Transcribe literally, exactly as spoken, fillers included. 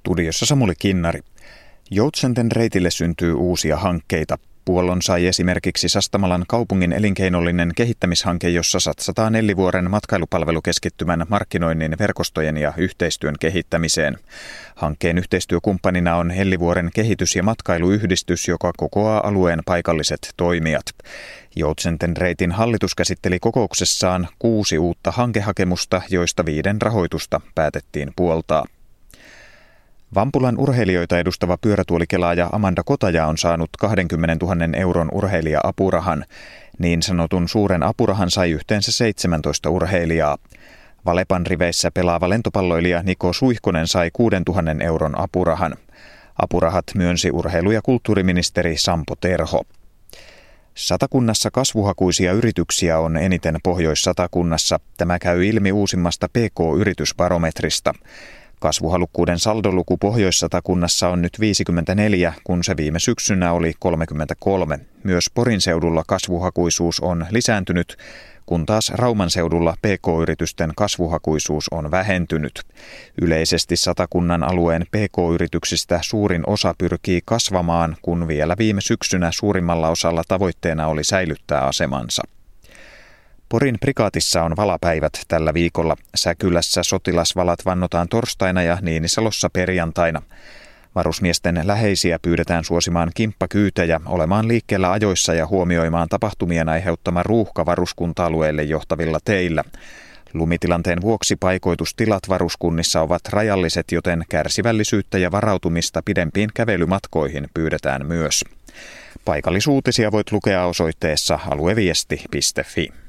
Studiossa Samuli Kinnari. Joutsenten reitille syntyy uusia hankkeita. Puollon sai esimerkiksi Sastamalan kaupungin elinkeinollinen kehittämishanke, jossa satsataan Ellivuoren matkailupalvelukeskittymän markkinoinnin, verkostojen ja yhteistyön kehittämiseen. Hankkeen yhteistyökumppanina on Ellivuoren kehitys- ja matkailuyhdistys, joka kokoaa alueen paikalliset toimijat. Joutsenten reitin hallitus käsitteli kokouksessaan kuusi uutta hankehakemusta, joista viiden rahoitusta päätettiin puoltaa. Vampulan urheilijoita edustava pyörätuolikelaaja Amanda Kotaja on saanut kaksikymmentätuhatta euron urheilija-apurahan. Niin sanotun suuren apurahan sai yhteensä seitsemäntoista urheilijaa. Valepan riveissä pelaava lentopalloilija Niko Suihkonen sai kuusituhatta euron apurahan. Apurahat myönsi urheilu- ja kulttuuriministeri Sampo Terho. Satakunnassa kasvuhakuisia yrityksiä on eniten Pohjois-Satakunnassa. Tämä käy ilmi uusimmasta P K-yritysbarometrista. Kasvuhalukkuuden saldoluku Pohjois-Satakunnassa on nyt viisikymmentäneljä, kun se viime syksynä oli kolmekymmentäkolme. Myös Porin seudulla kasvuhakuisuus on lisääntynyt, kun taas Rauman seudulla P K-yritysten kasvuhakuisuus on vähentynyt. Yleisesti Satakunnan alueen P K-yrityksistä suurin osa pyrkii kasvamaan, kun vielä viime syksynä suurimmalla osalla tavoitteena oli säilyttää asemansa. Porin prikaatissa on valapäivät tällä viikolla. Säkylässä sotilasvalat vannotaan torstaina ja Niinisalossa perjantaina. Varusmiesten läheisiä pyydetään suosimaan kimppakyytejä, olemaan liikkeellä ajoissa ja huomioimaan tapahtumien aiheuttama ruuhka varuskunta-alueelle johtavilla teillä. Lumitilanteen vuoksi paikoitustilat varuskunnissa ovat rajalliset, joten kärsivällisyyttä ja varautumista pidempiin kävelymatkoihin pyydetään myös. Paikallisuutisia voit lukea osoitteessa alueviesti piste fi.